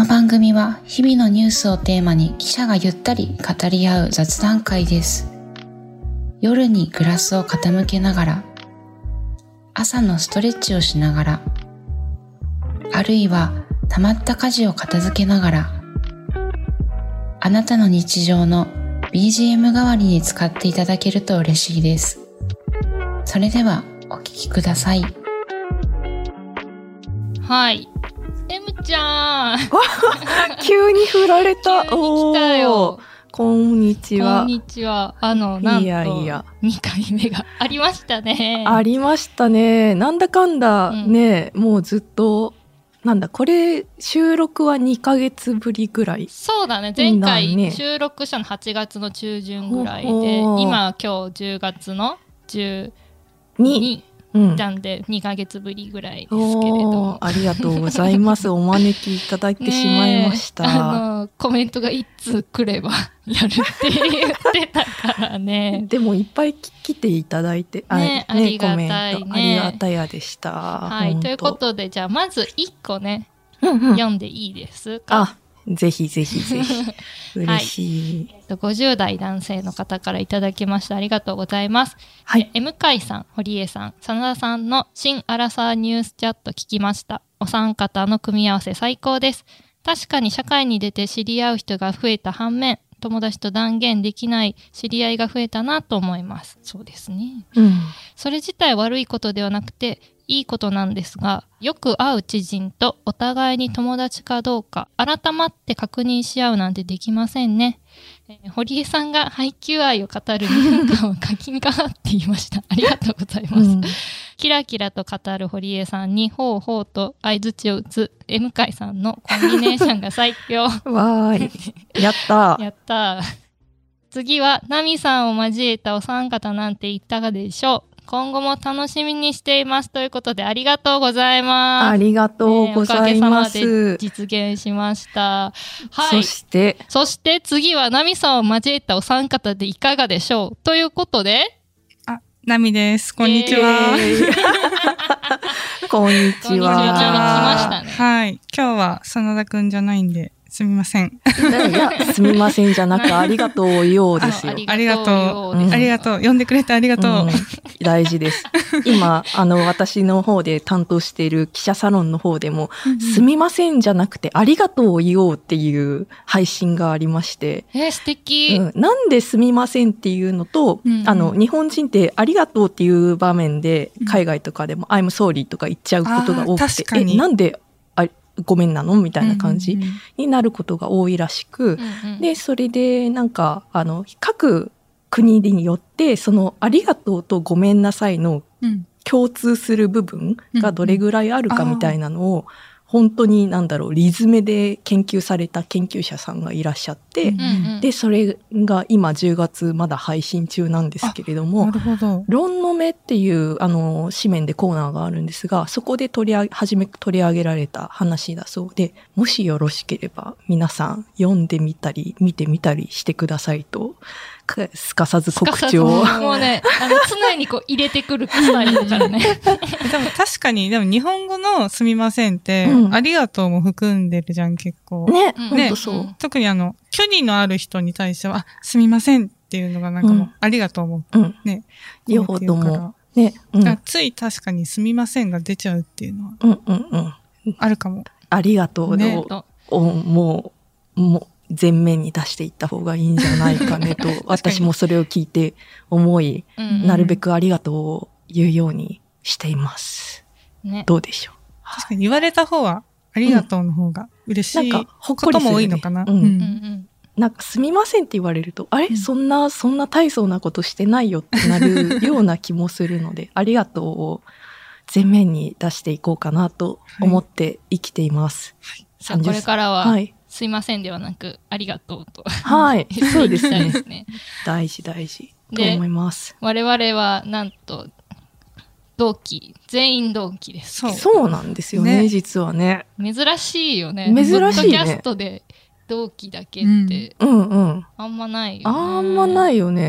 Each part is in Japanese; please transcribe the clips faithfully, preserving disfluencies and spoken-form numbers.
の番組は日々のニュースをテーマに記者がゆったり語り合う雑談会です。夜にグラスを傾けながら、朝のストレッチをしながら、あるいは溜まった家事を片付けながら、あなたの日常の ビージーエム 代わりに使っていただけると嬉しいです。それではお聞きください。 はい。M ちゃん急に振られた。 急に来たよ。 こんにちは。 こんにちは。あの、なんと、 いやいやにかいめがありましたね。 ありましたね。なんだかんだね、うん、もうずっと、なんだ、これ、収録はにかげつぶりぐらい。 そうだね。前回収録したのはちがつの中旬ぐらいで、今、今日じゅうがつのじゅうに。うん、なんでにかげつぶりぐらいですけれども、 ありがとうございますお招きいただいてしまいました、 あのコメントがいつ来ればやるって言ってたからねでもいっぱい来ていただいて、 ね、ね、ありがたいね、 コメントありがたやでした。 はい、ということでじゃあまずいっこね、うんうん、読んでいいですか？ あ、ぜひぜひぜひ嬉しい、 はい、ごじゅうだい男性の方からいただきました。ありがとうございます。はい、M 海さん、堀江さん、真田さんの新アラサーニュースチャット聞きました。お三方の組み合わせ最高です。確かに社会に出て知り合う人が増えた反面、友達と断言できない知り合いが増えたなと思います。そうですね、うん、それ自体悪いことではなくていいことなんですが、よく会う知人とお互いに友達かどうか改まって確認し合うなんてできませんね。えー、堀江さんが配給愛を語るにふんかんを課金かって言いました。ありがとうございます、うん、キラキラと語る堀江さんにほうほうと相槌を打つ M 海さんのコンビネーションが最強。 わーい、やったやった次はナミさんを交えたお三方なんていかがでしょう。今後も楽しみにしていますということで、ありがとうございます。 ありがとうございます。 えー、おかげさまで実現しました。はい。 そして、 そして次はナミさんを交えたお三方でいかがでしょうということで、 あ、ナミです。こんにちは。 えー、こんにちは。こんにちは。 来ましたね。 はい。今日は真田くんじゃないんで、すみません。 いや、すみませんじゃなく、ありがとうようですよ。 ありがとう。ありがとう。呼んでくれてありがとう。うん、 大事です。今、あの、私の方で担当している記者サロンの方でも、うんうん、すみませんじゃなくて、ありがとうを言おうっていう配信がありまして。 えー、素敵、 うん。なんですみませんっていうのと、うんうん、あの、日本人ってありがとうっていう場面で、海外とかでも、うん、I'm sorry とか言っちゃうことが多くて、え、なんでごめんなのみたいな感じになることが多いらしく、うんうん、で、それでなんか、あの、各国によって、そのありがとうとごめんなさいの共通する部分がどれぐらいあるかみたいなのを、本当になんだろう、リズムで研究された研究者さんがいらっしゃって、うんうん、で、それが今じゅうがつまだ配信中なんですけれども、 なるほど。 論の目っていうあの紙面でコーナーがあるんですが、そこで取り上げ、初め取り上げられた話だそうで、もしよろしければ皆さん読んでみたり見てみたりしてくださいと、すかさず告知を。 もうね、あの常にこう入れてくるスタイルだからね。 でも確かに、でも日本語のすみませんって、うん、ありがとうも含んでるじゃん、結構。 ね、うん、ね、そう。 特にあの、距離のある人に対しては、あ、すみませんっていうのがなんかもう、うん、ありがとうも。うん、ね。 両方とも。ね、 うん、つい確かにすみませんが出ちゃうっていうのは、うんうんうん。あるかも。 ありがとうね。もう、もう、前面に出していった方がいいんじゃないかねと、私もそれを聞いて思い、うんうん、なるべくありがとうを言うようにしています。ね、どうでしょう。 確かに言われた方はありがとうの方が嬉しい、うん、なんかほっこりする、ね、ことも多いのかな。うんうんうん、 なんかすみませんって言われると、あれ、うん、そんな、そんな大層なことしてないよってなるような気もするので、ありがとうを前面に出していこうかなと思って生きています。 はい、さあこれからは、はい、すいませんではなく、ありがとうと。 はい。そうですね。大事大事。と思います。 我々は、なんと、同期、全員同期です。 そう。そうなんですよね、ね、実はね。 珍しいよね。 珍しいね。ポッドキャストで同期だけって、うん、うんうん。あんまないよね。 あんまないよね。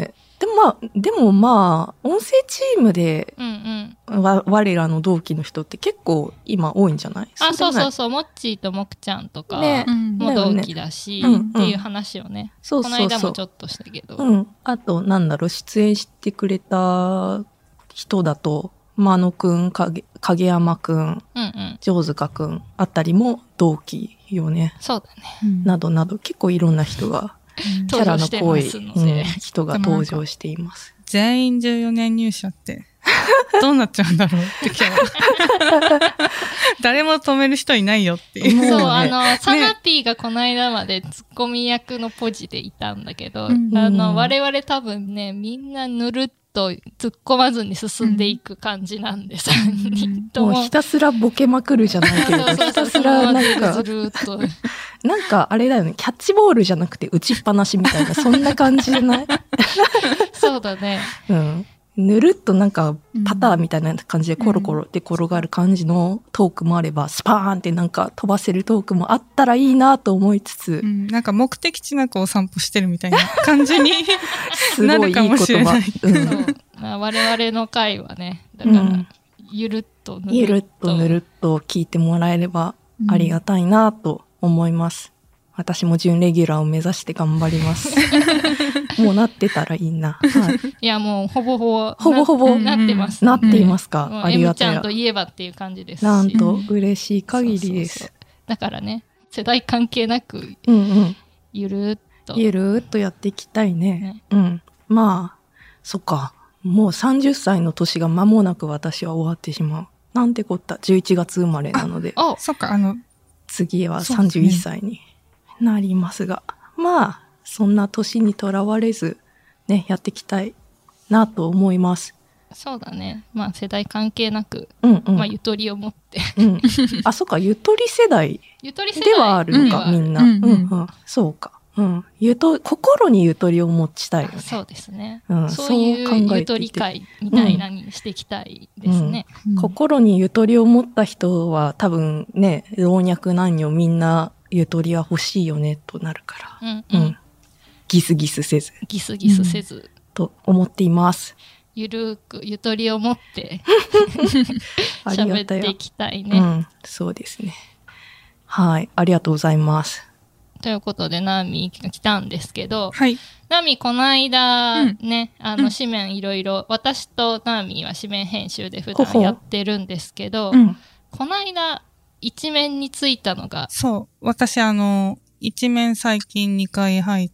でもまあ、でもまあ、音声チームで、 うんうん、わ我らの同期の人って結構今多いんじゃない？ あ、そうそうそう、もっちーともくちゃんとかも同期だし、 ね、 っていう話をね、 うんうん、 この間もちょっとしたけど。 うん。あと、なんだろう、出演してくれた人だと、真野くん、影山くん、うんうん、城塚くんあたりも同期よね。 そうだね。 などなど、結構いろんな人が、キャラの濃い、うん、人が登場しています。 全員じゅうよねん入社って、どうなっちゃうんだろうって今日。誰も止める人いないよっていう。 そう、ね、あの、サナピーがこの間までツッコミ役のポジでいたんだけど、うん、あの、我々多分ね、みんなぬるっと突っ込まずに進んでいく感じなんで、さんにんとも。 もうひたすらボケまくるじゃないけど、ひたすらなんか、ずるっとなんかあれだよね、キャッチボールじゃなくて打ちっぱなしみたいな、そんな感じじゃない？ そうだね。 うん。ぬるっとなんかパターンみたいな感じでコロコロで転がる感じのトークもあれば、スパーンってなんか飛ばせるトークもあったらいいなと思いつつ、 うん、なんか目的地なくお散歩してるみたいな感じになるかもしれない。すごいいい言葉。 うん、まあ、我々の会はね、だからゆるっとぬるっと、 ゆるっとぬるっと聞いてもらえればありがたいなと思います。私も準レギュラーを目指して頑張ります。もうなってたらいいな。はい、 いや、もうほぼほぼ、 ほぼほぼなってます、 ね。なっていますか。 うん、 ありがたい。 M ちゃんといえばっていう感じですし。 なんと嬉しい限りです。 そうそうそう。だからね、世代関係なく、 うんうん、 ゆるっと。 ゆるっとやっていきたいね。ね、うん。まあ、そっか。もうさんじゅっさいの年が間もなく私は終わってしまう。なんてこった。じゅういちがつ生まれなので。 あ、そっか、あの、 次はさんじゅういっさいになりますが。まあ、そんな年にとらわれず、ね、やっていきたいなと思います。 そうだね。まあ世代関係なく、 うんうん、 まあゆとりを持って、 うん。あ、そうか、ゆとり世代ではあるのか、みんな。うんうんうん、そうか。うん。ゆと、心にゆとりを持ちたいよね。 そうですね。 うん、 そういうゆとり会みたいなにしていきたいですね、 うんうん。心にゆとりを持った人は多分ね、老若男女みんなゆとりは欲しいよねとなるから。 うんうん。うん、 ギスギスせず。 ギスギスせず。うん、 と思っています。 ゆるくゆとりを持って喋っていきたいね、 うん。そうですね。はい。ありがとうございます。 ということで、ナーミーが来たんですけど、 はい。 ナーミーこの間ね、うん、あの、紙面いろいろ、私とナーミーは紙面編集で普段やってるんですけど、ほほ、うん、この間、一面についたのが。 そう。私、あの、一面最近にかい入って、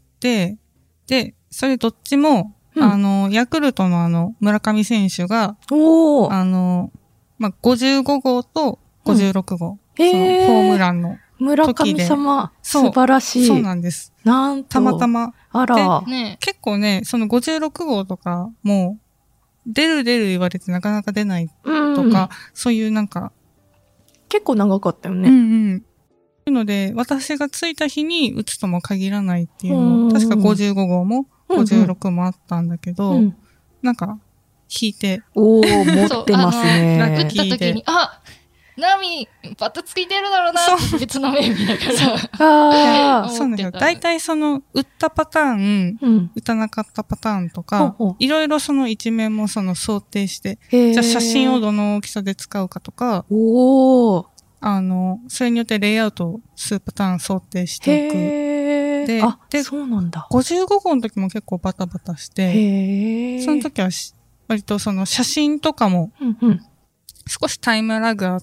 で、それどっちも、うん、あの、ヤクルトのあの、村上選手が、 おあの、まあ、ごじゅうごごうとごじゅうろくごう、うん、そのホームランの村上様、素晴らしい。 そうなんです。 なんと。 たまたま。 あら。 ね、 結構ね、そのごじゅうろくごうとか、もう、出る出る言われてなかなか出ないとか、うん、そういうなんか。 結構長かったよね。 うんうん。いうので、私が着いた日に打つとも限らないっていうの、うん、確かごじゅうごごうもごじゅうろくもあったんだけど、うんうん、なんか、引いて。 おー、持ってますね。 打った時に、あナミ、バットついてるだろうなって別の目見ながら。そうなんですよ。大体その、打ったパターン、うん、打たなかったパターンとか、いろいろその一面もその想定して、じゃあ写真をどの大きさで使うかとか、 おーあの、それによってレイアウトを数パターン想定しておく。 へで、 あ、で、そうなんだ。 ごじゅうごごうの時も結構バタバタして、 へその時は割とその写真とかも、 うんうん、 少しタイムラグあって、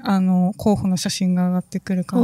あの、候補の写真が上がってくるから、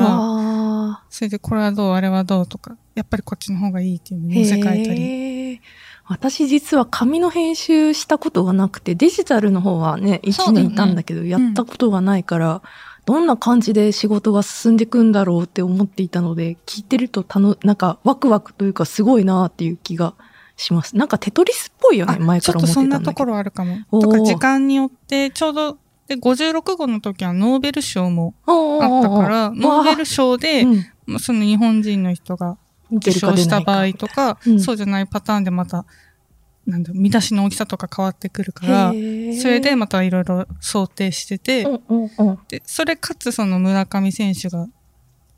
それでこれはどう、あれはどうとか、やっぱりこっちの方がいいっていうのを載せ替えたり。 私実は紙の編集したことがなくて、デジタルの方はね、いちねんいたんだけど、ね、やったことがないから、うん、どんな感じで仕事が進んでいくんだろうって思っていたので、聞いてるとたの、なんかワクワクというかすごいなっていう気がします。なんかテトリスっぽいよね、前から思ってたんだけど。ちょっとそんなところあるかも。とか時間によってちょうど、で、ごじゅうろくごうの時はノーベル賞もあったから、ノーベル賞で、うん、その日本人の人が受賞した場合とか、うん、そうじゃないパターンでまた、なんだ、見出しの大きさとか変わってくるから、それでまたいろいろ想定してて、 うんうんうん、 で、それかつその村上選手が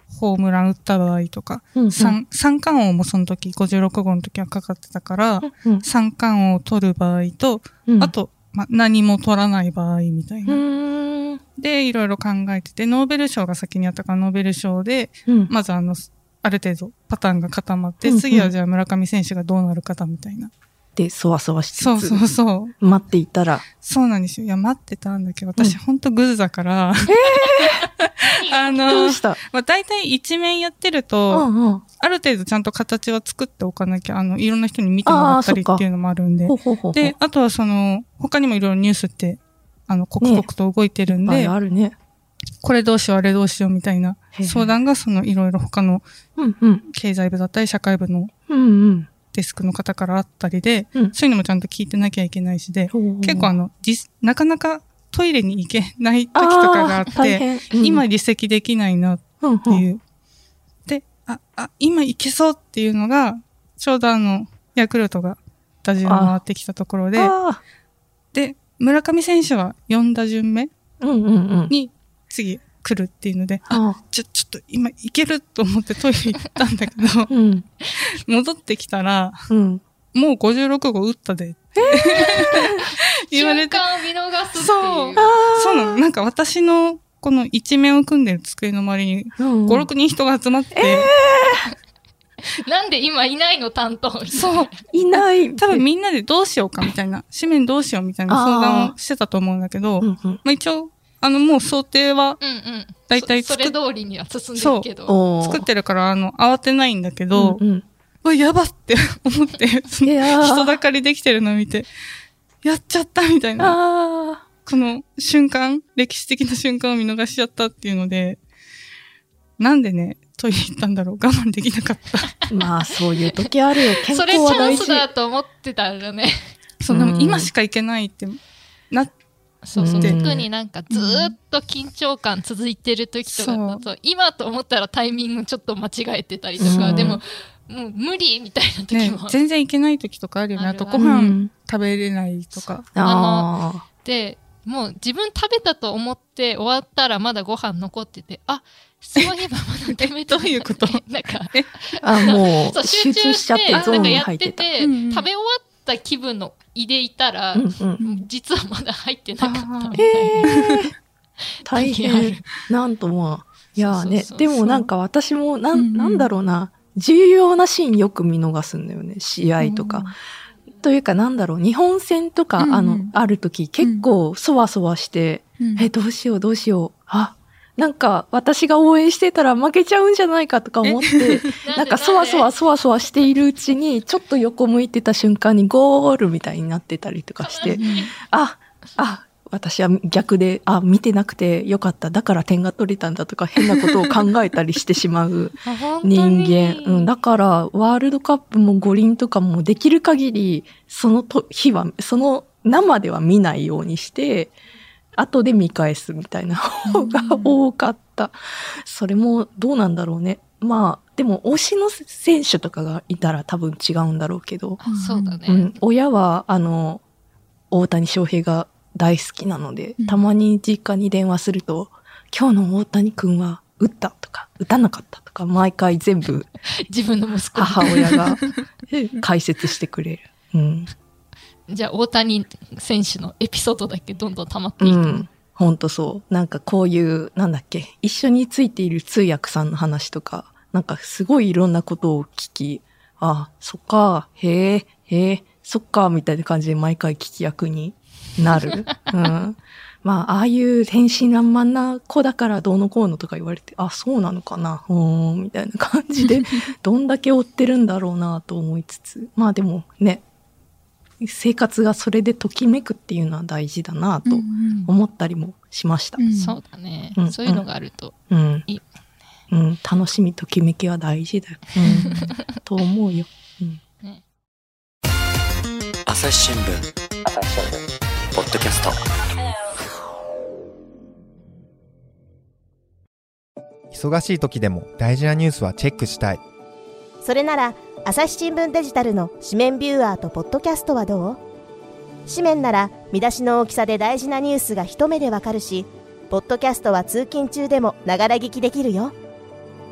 ホームラン打った場合とか、うんうん、三, 三冠王もその時ごじゅうろく号の時はかかってたから、うんうん、三冠王を取る場合と、うん、あと、ま、何も取らない場合みたいな。で、いろいろ考えてて、ノーベル賞が先にあったからノーベル賞で、うん、まずあの、ある程度パターンが固まって、うんうん、次はじゃあ村上選手がどうなるかみたいな。 で、そわそわしつつ。 そうそうそう。 待っていたら。 そうなんですよ。いや、待ってたんだけど、私、うん、ほんとグズだから。えー、あの、 どうした？ まあ、大体一面やってると、うんうん、ある程度ちゃんと形は作っておかなきゃ、あの、いろんな人に見てもらったりっていうのもあるんで。ほうほうほうほう。で、あとはその、他にもいろいろニュースって、あの、刻々と動いてるんで。ね、 あるね。 これどうしよう、あれどうしようみたいな相談が、その、いろいろ他の、経済部だったり、社会部の、うんうん、デスクの方からあったりで、うん、そういうのもちゃんと聞いてなきゃいけないしで、結構あの、なかなかトイレに行けない時とかがあって、うん、今離席できないなっていう。うんうん、で、あ、あ、今行けそうっていうのが、ちょうどあの、ヤクルトが打順回ってきたところで、で、村上選手はよん打順目に次来るっていうので、あ、ちょ、ちょっと今行けると思ってトイレ行ったんだけど、うん、戻ってきたら、うん、もうごじゅうろく号打ったでって、えー、言われて。 瞬間を見逃すっていう。 そう。そうなの。なんか私のこの一面を組んでる机の周りにご、ろくにん人が集まって、えー、なんで今いないの担当みたいな。 そう。 いない。 多分みんなでどうしようかみたいな、紙面どうしようみたいな相談をしてたと思うんだけど、うんうん、まあ一応、あの、もう想定は、だいたいそれ通りには進んでるけど。 作ってるから、あの、慌てないんだけど、うんうん、うわ、やばって思って、人だかりできてるのを見て、やっちゃったみたいな。この瞬間、歴史的な瞬間を見逃しちゃったっていうので、なんでね、トイレ行ったんだろう、我慢できなかった。 まあ、そういう時あるよ。健康は大事。 それチャンスだと思ってたらね。 そう、でも今しか行けないってなって、 そうそう、特になんかずーっと緊張感続いてる時とかだと、うん、今と思ったらタイミングちょっと間違えてたりとか、うん、でも、もう無理みたいな時も、 ね、全然いけない時とかあるよね。あとご飯食べれないとか。 うん、あの、で、もう自分食べたと思って終わったらまだご飯残ってて、あ、そういえばまだ食べてない。 どういうことなんか、 あ、もう、そう集中しちゃってゾーンに入ってた。 なんかやってて、うんうん、食べ終わった気分の胃でいたら、うんうん、実はまだ入ってなかったみたいな。えー、 大変。なんとまあ。いやね、でもなんか私も、なん、うんうん、なんだろうな、重要なシーンよく見逃すんだよね、試合とか。うん、というかなんだろう、日本戦とか、うんうん、あの、ある時結構そわそわして、うん、え、どうしようどうしよう。あ、なんか私が応援してたら負けちゃうんじゃないかとか思って、なんかそわそわそわそわしているうちに、ちょっと横向いてた瞬間にゴールみたいになってたりとかして、あ、あ、私は逆で、あ、見てなくてよかった。だから点が取れたんだとか変なことを考えたりしてしまう人間。うん、だからワールドカップも五輪とかもできる限り、そのと日は、その生では見ないようにして、後で見返すみたいな方が多かった。それもどうなんだろうね。まあ、でも推しの選手とかがいたら多分違うんだろうけど。 そうだね。 うん、親は、あの、大谷翔平が大好きなので、うん、たまに実家に電話すると、今日の大谷くんは打ったとか、打たなかったとか、毎回全部、 自分の息子母親が解説してくれる。うん。 じゃあ大谷選手のエピソードだけどんどん溜まっていく。うん。 ほんとそう。なんかこういう、なんだっけ、一緒についている通訳さんの話とか、なんかすごいいろんなことを聞き、あ、そっか、へえ、へえ、そっか、みたいな感じで毎回聞き役になる。うん。まあ、ああいう天真爛漫な子だからどうのこうのとか言われて、あ、そうなのかな、うーん、みたいな感じで、どんだけ追ってるんだろうなと思いつつ、まあでもね、生活がそれでときめくっていうのは大事だなと思ったりもしました。 うんうん、そうだね、うん。そういうのがあるといい。 うん、うん、楽しみときめきは大事だよ。うん、と思うよ。うんね、 朝日新聞ポッドキャスト。 忙しい時でも大事なニュースはチェックしたい。 それなら朝日新聞デジタルの紙面ビューアーとポッドキャストはどう？紙面なら見出しの大きさで大事なニュースが一目でわかるし、ポッドキャストは通勤中でもながら聞きできるよ。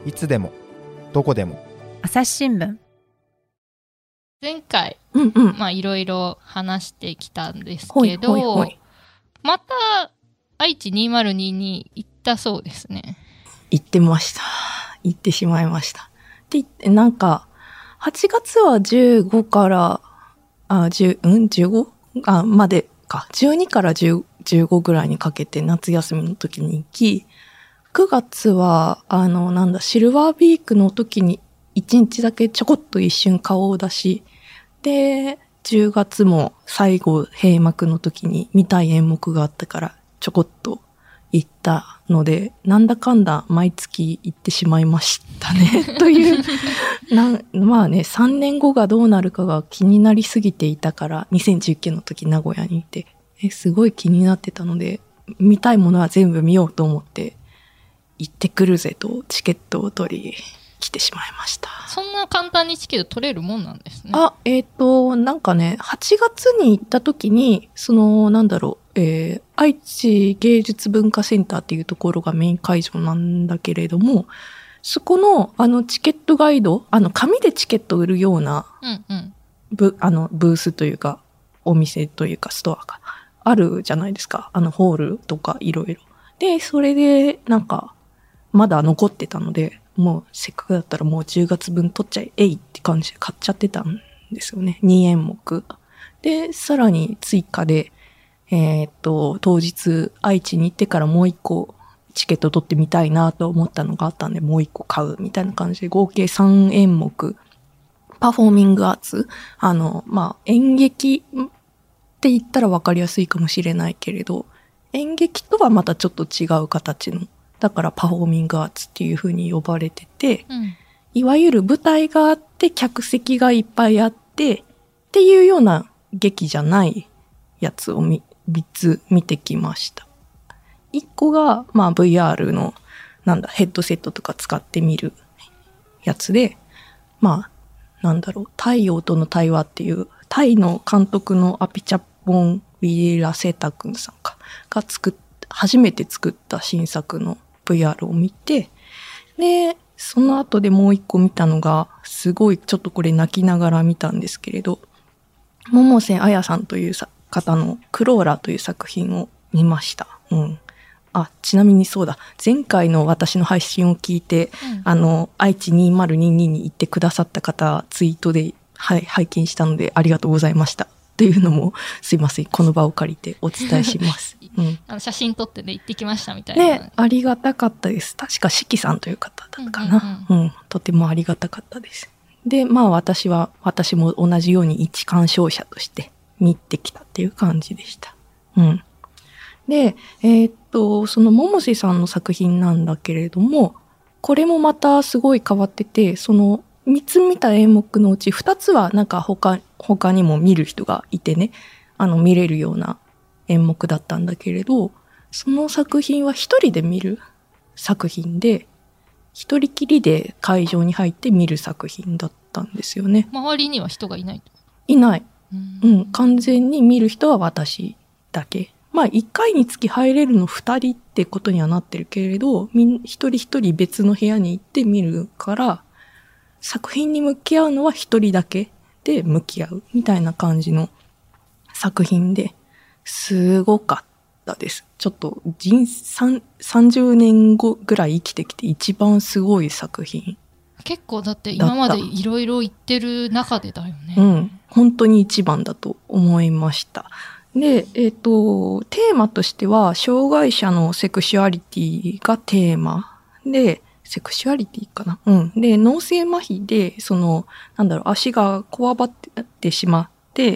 いつでもどこでも朝日新聞。 前回、 うんうん、 まあいろいろ話してきたんですけど、ほいほいほい、また愛知にせんにじゅうに行ったそうですね。 行ってました。行ってしまいました。って言ってなんかはちがつはじゅうごからあじゅううん じゅうご あまでかじゅうにからじゅう、じゅうごぐらいにかけて夏休みの時に行き、くがつはあのなんだシルバービークの時にいちにちだけちょこっと一瞬顔を出し、でじゅうがつも最後閉幕の時に見たい演目があったからちょこっと行ったので、なんだかんだ毎月行ってしまいましたねというなまあねさんねんごがどうなるかが気になりすぎていたから、にせんじゅうきゅうの時名古屋にいてえすごい気になってたので、見たいものは全部見ようと思って行ってくるぜとチケットを取り来てしまいました。 そんな簡単にチケット取れるもんなんですね。 あ、えっと、なんかね、はちがつに行った時に、その、なんだろう、えー、愛知芸術文化センターっていうところがメイン会場なんだけれども、そこの、あの、チケットガイド、あの、紙でチケット売るような、 うんうん、 ブ、あの、ブースというか、お店というか、ストアがあるじゃないですか。あの、ホールとか、いろいろ。で、それで、なんか、まだ残ってたので、もうせっかくだったらもうじゅうがつぶん取っちゃえ、えいって感じで買っちゃってたんですよね。にえんもく。で、さらに追加で、えー、っと、当日愛知に行ってからもう一個チケット取ってみたいなと思ったのがあったんで、もう一個買うみたいな感じで合計さんえんもく。パフォーミングアーツ。あの、まあ、演劇って言ったらわかりやすいかもしれないけれど、演劇とはまたちょっと違う形の、だからパフォーミングアーツっていう風に呼ばれてて、 うん、 いわゆる舞台があって客席がいっぱいあってっていうような劇じゃないやつをみみっつ見てきました。いっこが、まあ、ブイアール のなんだヘッドセットとか使ってみるやつで、まあなんだろう太陽との対話っていうタイの監督のアピチャポン・ウィラセタ君さんかが作っ初めて作った新作の ブイアール を見て、でその後でもう一個見たのがすごいちょっとこれ泣きながら見たんですけれど、百瀬彩さんという方のクローラという作品を見ました。うん。あ、ちなみにそうだ。前回の私の配信を聞いて、うん、あの愛知にせんにじゅうにに行ってくださった方ツイートで、はい、拝見したのでありがとうございました。というのもすいませんこの場を借りてお伝えします。うん、 あの写真撮ってね行ってきましたみたいな。 ね、ありがたかったです。確か四季さんという方だったかな。うん、うんうん、とてもありがたかったです。で、まあ私は私も同じように一鑑賞者として見てきたっていう感じでした。うん。で、えー、っとその百瀬さんの作品なんだけれども、これもまたすごい変わってて、そのみっつ見た演目のうちふたつはなんか他他にも見る人がいてね、あの見れるような演目だったんだけれど、その作品は一人で見る作品で、一人きりで会場に入って見る作品だったんですよね。 周りには人がいない？いない。うん、うん、完全に見る人は私だけ。まあいっかいにつき入れるのふたりってことにはなってるけれど、みん一人一人別の部屋に行って見るから、作品に向き合うのは一人だけで向き合うみたいな感じの作品ですごかったです。ちょっと人生さんじゅうねんごぐらい生きてきて一番すごい作品。 結構だって今までいろいろ言ってる中でだよね。 うん、本当に一番だと思いました。で、えっと、テーマとしては障害者のセクシュアリティがテーマで、セクシュアリティかな、うん。で、脳性麻痺で、その、なんだろう、足がこわばってしまって、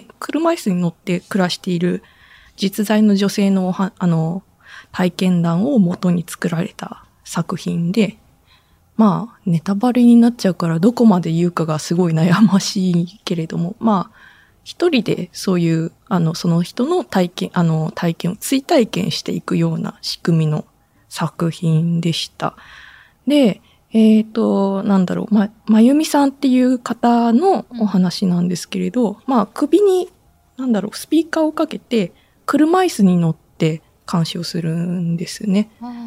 車椅子に乗って暮らしている実在の女性の、あの、体験談を元に作られた作品で、まあ、ネタバレになっちゃうからどこまで言うかがすごい悩ましいけれども、まあ、一人でそういう、あの、その人の体験、あの、体験を追体験していくような仕組みの作品でした。で、えっと、なんだろう、ま、まゆみさんっていう方のお話なんですけれど、うん、まあ、首に、なんだろう、スピーカーをかけて、車椅子に乗って監視をするんですね。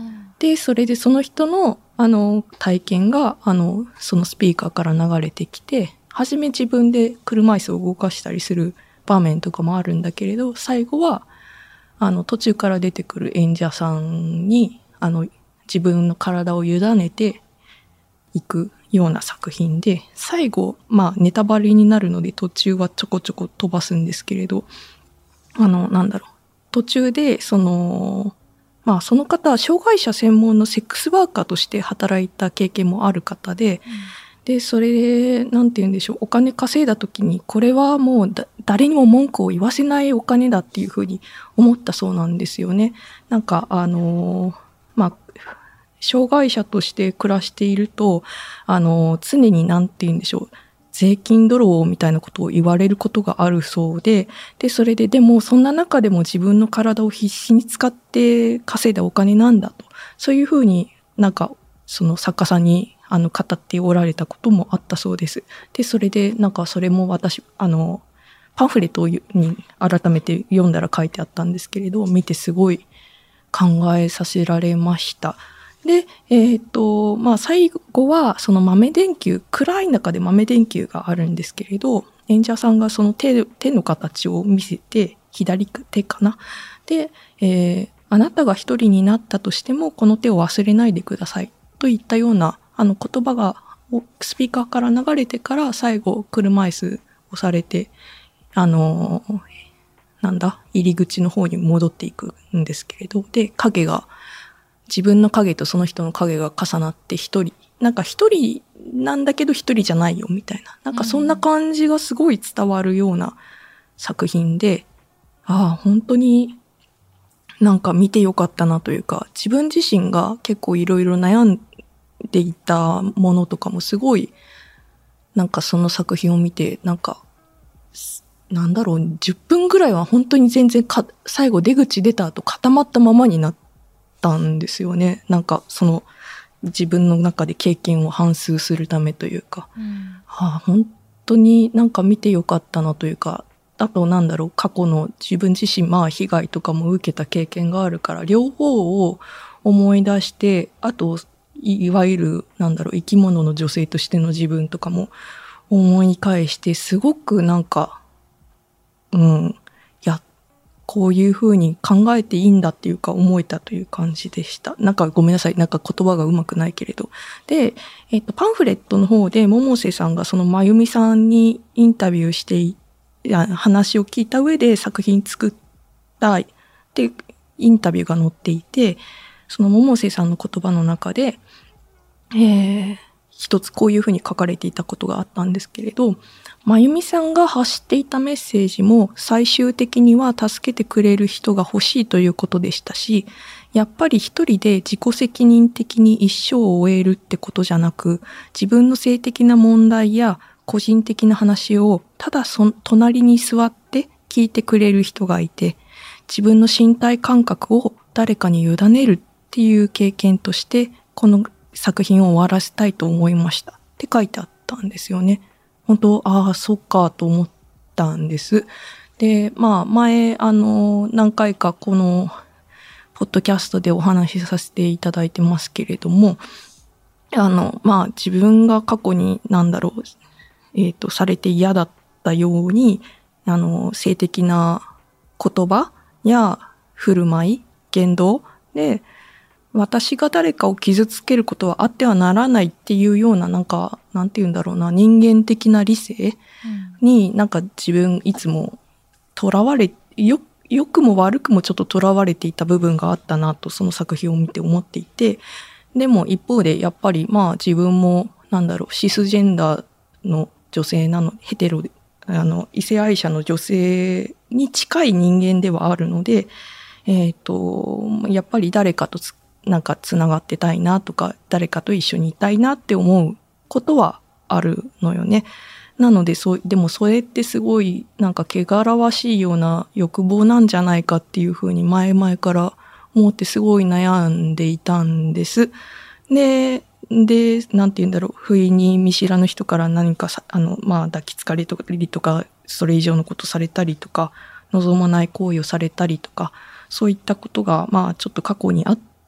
で、それでその人の、あの、体験が、あの、そのスピーカーから流れてきて、はじめ自分で車椅子を動かしたりする場面とかもあるんだけれど、最後は、あの、途中から出てくる演者さんに、あの、自分の体を委ねていくような作品で、最後、まあ、ネタバレになるので途中はちょこちょこ飛ばすんですけれど、あの、なんだろう。途中で、その、まあ、その方は障害者専門のセックスワーカーとして働いた経験もある方で、うん、で、それで、なんて言うんでしょう、お金稼いだ時に、これはもうだ誰にも文句を言わせないお金だっていうふうに思ったそうなんですよね。なんか、あの、まあ、障害者として暮らしていると、あの、常になんて言うんでしょう、税金泥棒みたいなことを言われることがあるそうで、で、それででもそんな中でも自分の体を必死に使って稼いだお金なんだと、そういうふうになんかその作家さんにあの語っておられたこともあったそうです。で、それでなんかそれも私、あの、パンフレットに改めて読んだら書いてあったんですけれど、見てすごい考えさせられました。で、えっと、まあ、最後は、その豆電球、暗い中で豆電球があるんですけれど、演者さんがその手、手の形を見せて、左手かな。で、えー、あなたが一人になったとしても、この手を忘れないでください。といったような、あの言葉が、スピーカーから流れてから、最後、車椅子をされて、あの、なんだ、入り口の方に戻っていくんですけれど、で、影が、自分の影とその人の影が重なって一人、なんか一人なんだけど一人じゃないよみたいな、なんかそんな感じがすごい伝わるような作品で、ああ、本当になんか見てよかったなというか、自分自身が結構いろいろ悩んでいたものとかもすごい、なんかその作品を見て、なんか、なんだろう、じゅっぷんぐらいは本当に全然か、最後出口出た後固まったままになって、たんですよね。なんかその自分の中で経験を反芻するためというか、うん、はあ、本当になんか見てよかったなというか、あとなんだろう、過去の自分自身まあ被害とかも受けた経験があるから両方を思い出して、あと い, いわゆるなんだろう、生き物の女性としての自分とかも思い返して、すごくなんかうんこういう風に考えていいんだっていうか思えたという感じでした。なんかごめんなさい。なんか言葉がうまくないけれど。で、えっと、パンフレットの方で百瀬さんがそのまゆみさんにインタビューしていや話を聞いた上で作品作ったでインタビューが載っていて、その百瀬さんの言葉の中で、えー、一つこういう風に書かれていたことがあったんですけれど、まゆみさんが発していたメッセージも最終的には助けてくれる人が欲しいということでしたし、やっぱり一人で自己責任的に一生を終えるってことじゃなく、自分の性的な問題や個人的な話をただそ隣に座って聞いてくれる人がいて、自分の身体感覚を誰かに委ねるっていう経験としてこの作品を終わらせたいと思いましたって書いてあったんですよね。本当、ああ、そっかと思ったんです。で、まあ前、あの、何回かこのポッドキャストでお話しさせていただいてますけれども、あの、まあ自分が過去に何だろう、えっと、されて嫌だったように、あの、性的な言葉や振る舞い、言動で、私が誰かを傷つけることはあってはならないっていうような、なんか、なんて言うんだろうな、人間的な理性になんか自分いつも囚われ、よ、良くも悪くもちょっと囚われていた部分があったなと、その作品を見て思っていて、でも一方でやっぱりまあ自分もなんだろう、シスジェンダーの女性なの、ヘテロで、あの、異性愛者の女性に近い人間ではあるので、えっと、やっぱり誰かとつなんかつながってたいなとか、誰かと一緒にいたいなって思うことはあるのよね。なので、そう、でもそれってすごいなんか汚らわしいような欲望なんじゃないかっていうふうに前々から思ってすごい悩んでいたんです。で、で、なんて言うんだろう、不意に見知らぬ人から何かさ、あの、まあ抱きつかれたりとか、それ以上のことされたりとか、望まない行為をされたりとか、そういったことがまあちょっと過去にあって、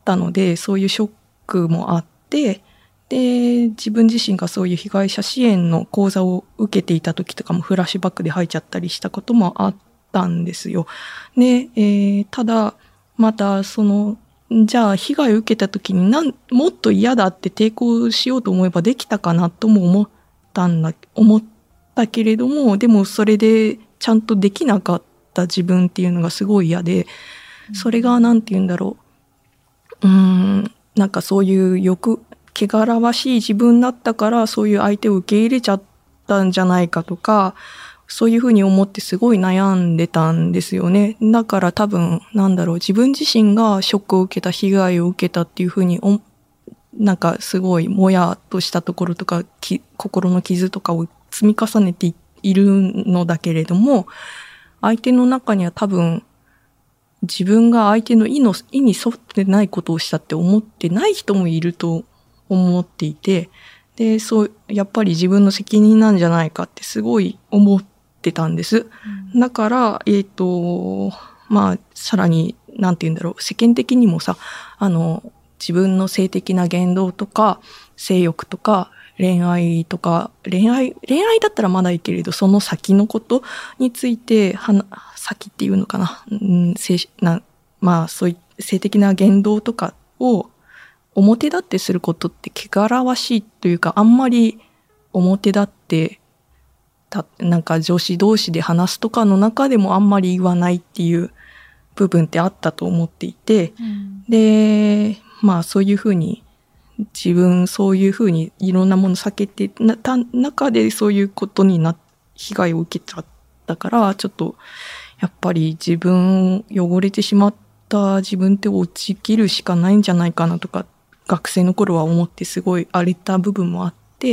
ったので、そういうショックもあって、で、自分自身がそういう被害者支援の講座を受けていた時とかもフラッシュバックで入っちゃったりしたこともあったんですよ。で、えー、ただ、またその、じゃあ被害を受けた時になんもっと嫌だって抵抗しようと思えばできたかなとも思ったんだ、思ったけれども、でもそれでちゃんとできなかった自分っていうのがすごい嫌で、それがなんて言うんだろう。うーん、なんかそういう欲、汚らわしい自分だったからそういう相手を受け入れちゃったんじゃないかとか、そういうふうに思ってすごい悩んでたんですよね。だから多分なんだろう、自分自身がショックを受けた、被害を受けたっていうふうにおなんかすごいもやっとしたところとかき心の傷とかを積み重ねているのだけれども、相手の中には多分自分が相手の意の意に沿ってないことをしたって思ってない人もいると思っていて、で、そう、やっぱり自分の責任なんじゃないかってすごい思ってたんです。うん、だから、えっと、まあ、さらに、なんて言うんだろう、世間的にもさ、あの、自分の性的な言動とか、性欲とか、恋愛とか、恋愛、恋愛だったらまだいいけれど、その先のことについて、はな、先っていうのかな、うん、性、な、まあ、そういう性的な言動とかを、表立ってすることって汚らわしいというか、あんまり表立ってた、なんか女子同士で話すとかの中でもあんまり言わないっていう部分ってあったと思っていて、うん、で、まあそういうふうに自分そういうふうにいろんなもの避けてなた中でそういうことにな、被害を受けちゃったから、ちょっとやっぱり自分汚れてしまった自分って落ちきるしかないんじゃないかなとか、学生の頃は思ってすごい荒れた部分もあって、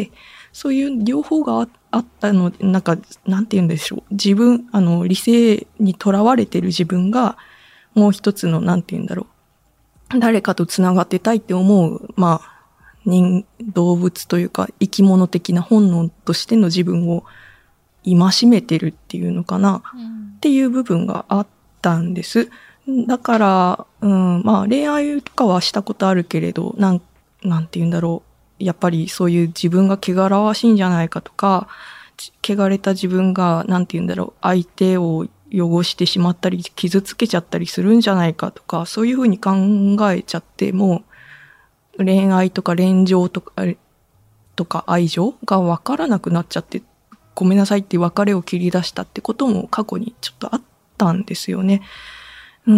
そういう両方が あ, あったの、なんか、なんて言うんでしょう。自分、あの、理性にとらわれてる自分が、もう一つの、なんて言うんだろう。誰かと繋がってたいって思う、まあ、人、動物というか、生き物的な本能としての自分を戒めてるっていうのかな、うん、っていう部分があったんです。だから、うん、まあ恋愛とかはしたことあるけれど、なん、なんて言うんだろう。やっぱりそういう自分が汚らわしいんじゃないかとか、汚れた自分が、なんて言うんだろう、相手を汚してしまったり、傷つけちゃったりするんじゃないかとか、そういうふうに考えちゃって、もう恋愛とか恋情とか、とか愛情が分からなくなっちゃって、ごめんなさいって別れを切り出したってことも過去にちょっとあったんですよね。うん。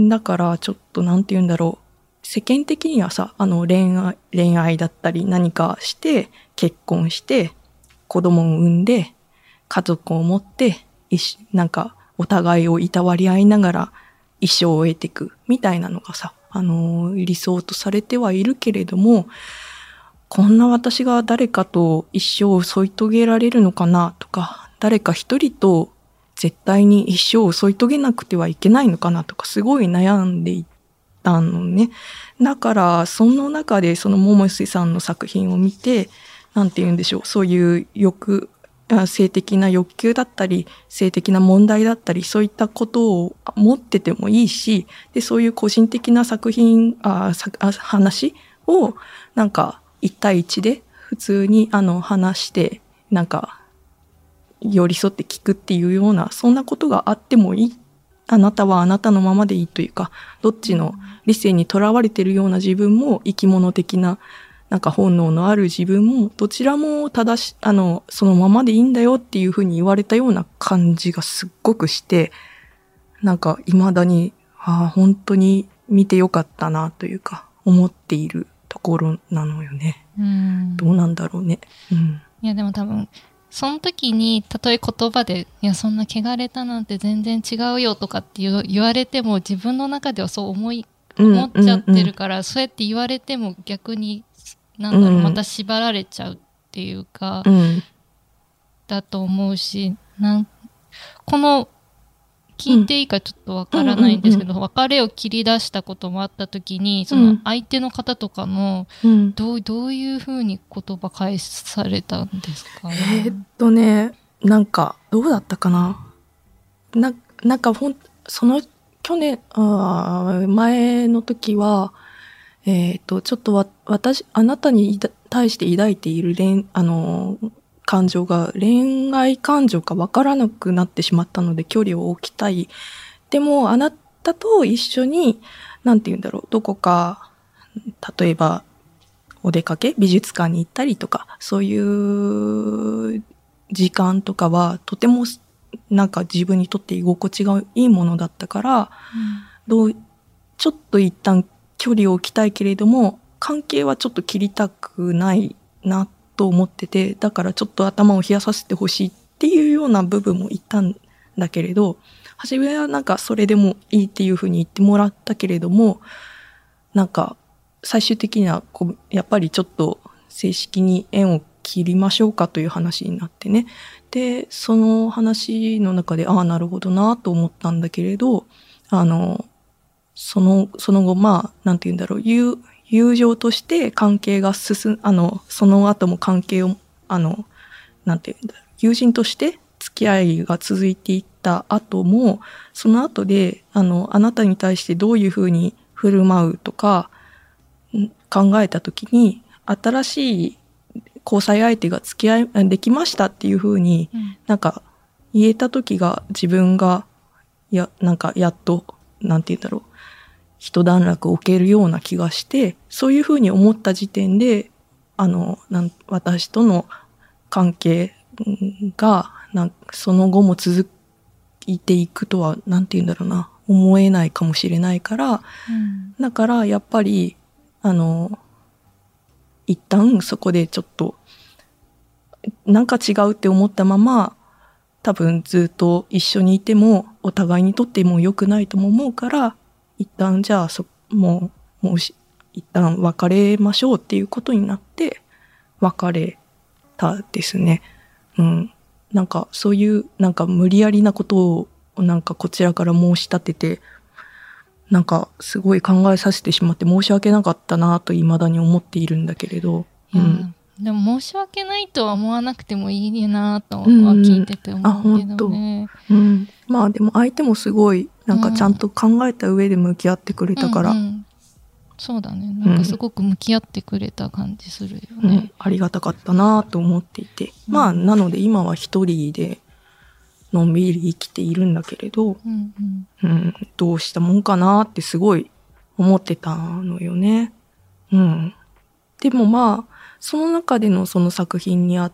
だから、ちょっと、なんて言うんだろう。世間的にはさ、あの、恋愛、恋愛だったり、何かして、結婚して、子供を産んで、家族を持って、なんか、お互いをいたわり合いながら、一生を終えていく、みたいなのがさ、あの、理想とされてはいるけれども、こんな私が誰かと一生を添い遂げられるのかな、とか、誰か一人と、絶対に一生を添い遂げなくてはいけないのかなとかすごい悩んでいたのね。だからその中でその百瀬さんの作品を見て、なんて言うんでしょう、そういう欲、性的な欲求だったり、性的な問題だったり、そういったことを持っててもいいし、でそういう個人的な作品、ああ話をなんか一対一で普通にあの話してなんか寄り添って聞くっていうような、そんなことがあってもいい。あなたはあなたのままでいいというか、どっちの理性にとらわれているような自分も、生き物的な、なんか本能のある自分も、どちらも正し、あの、そのままでいいんだよっていうふうに言われたような感じがすっごくして、なんか未だに、ああ、本当に見てよかったなというか、思っているところなのよね。うん、どうなんだろうね。うん。 いや、でも多分、その時にたとえ言葉でいやそんな汚れたなんて全然違うよとかって言われても自分の中ではそう思い思っちゃってるから、うんうんうん、そうやって言われても逆になんだろう、うん、また縛られちゃうっていうか、うん、だと思うし、なんこの聞いていいかちょっとわからないんですけど、うんうんうんうん、別れを切り出したこともあった時にその相手の方とかの、うん、どう、どういうふうに言葉返されたんですかね。 えー、っとねなんかどうだったかな、な、なんかほんその去年あ前の時はえっと、ちょっとわ、私、あなたに対して抱いている恋、あの、感情が恋愛感情かわからなくなってしまったので距離を置きたい。でも、あなたと一緒に、なんて言うんだろう、どこか、例えば、お出かけ、美術館に行ったりとか、そういう時間とかは、とても、なんか自分にとって居心地がいいものだったから、うん、どう、ちょっと一旦距離を置きたいけれども、関係はちょっと切りたくないなと思ってて、だからちょっと頭を冷やさせてほしいっていうような部分も言ったんだけれど、初めはなんかそれでもいいっていうふうに言ってもらったけれども、なんか最終的にはこうやっぱりちょっと正式に縁を切りましょうかという話になってね。で、その話の中で、ああ、なるほどなと思ったんだけれど、あの、その、その後、まあ、なんて言うんだろう、友、友情として関係が進ん、あの、その後も関係を、あの、なんて言うんだろう、友人として付き合いが続いていった後も、その後で、あの、あなたに対してどういうふうに振る舞うとか、考えたときに、新しい交際相手が付き合い、できましたっていうふうに、うん、なんか言えたときが自分が、や、なんかやっと、なんて言うんだろう、一段落置けるような気がして、そういうふうに思った時点で、あの、なん私との関係が、なんその後も続いていくとは、なんて言うんだろうな、思えないかもしれないから、うん、だからやっぱり、あの、一旦そこでちょっと、なんか違うって思ったまま、多分ずっと一緒にいても、お互いにとっても良くないとも思うから、一旦じゃあそ、もう、もうし、一旦別れましょうっていうことになって、別れたですね。うん。なんかそういう、なんか無理やりなことを、なんかこちらから申し立てて、なんかすごい考えさせてしまって申し訳なかったなと未だに思っているんだけれど。うん、 でも申し訳ないとは思わなくてもいいなとは聞いてて思うけどね。 うん、うん、まあでも相手もすごいなんかちゃんと考えた上で向き合ってくれたから。うんうん、 そうだね。なんかすごく向き合ってくれた感じするよね。うんうん、 ありがたかったなと思っていて。うん、まあなので今は一人でのんびり生きているんだけれど、うんうんうん、どうしたもんかなってすごい思ってたのよね。うん。でもまあ、その中でのその作品にあって、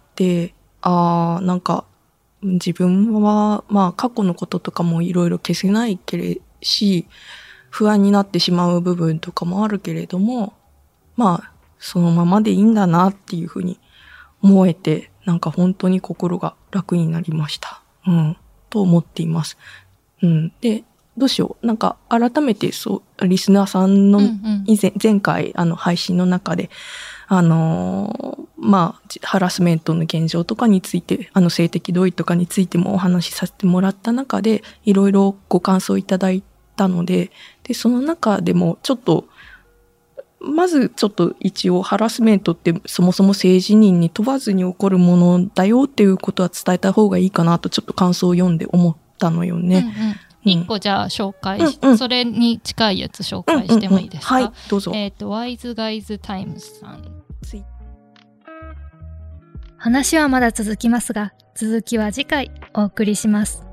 ああ、なんか自分はまあ過去のこととかもいろいろ消せないけれし、不安になってしまう部分とかもあるけれども、まあそのままでいいんだなっていうふうに思えて、なんか本当に心が楽になりました。うん、と思っています。うん。で、どうしよう。なんか、改めて、そう、リスナーさんの以前、うんうん、前回、あの、配信の中で、あのー、まあ、ハラスメントの現状とかについて、あの、性的同意とかについてもお話しさせてもらった中で、いろいろご感想いただいたので、で、その中でも、ちょっと、まずちょっと一応ハラスメントってそもそも性自認に問わずに起こるものだよっていうことは伝えた方がいいかなとちょっと感想を読んで思ったのよね。 うんうん一、うん、個じゃあ紹介し、うんうん、それに近いやつ紹介してもいいですか？ うんうんうん、はい、どうぞ。 えっ、ー、と、ワイズガイズタイムズさん。 話はまだ続きますが、続きは次回お送りします。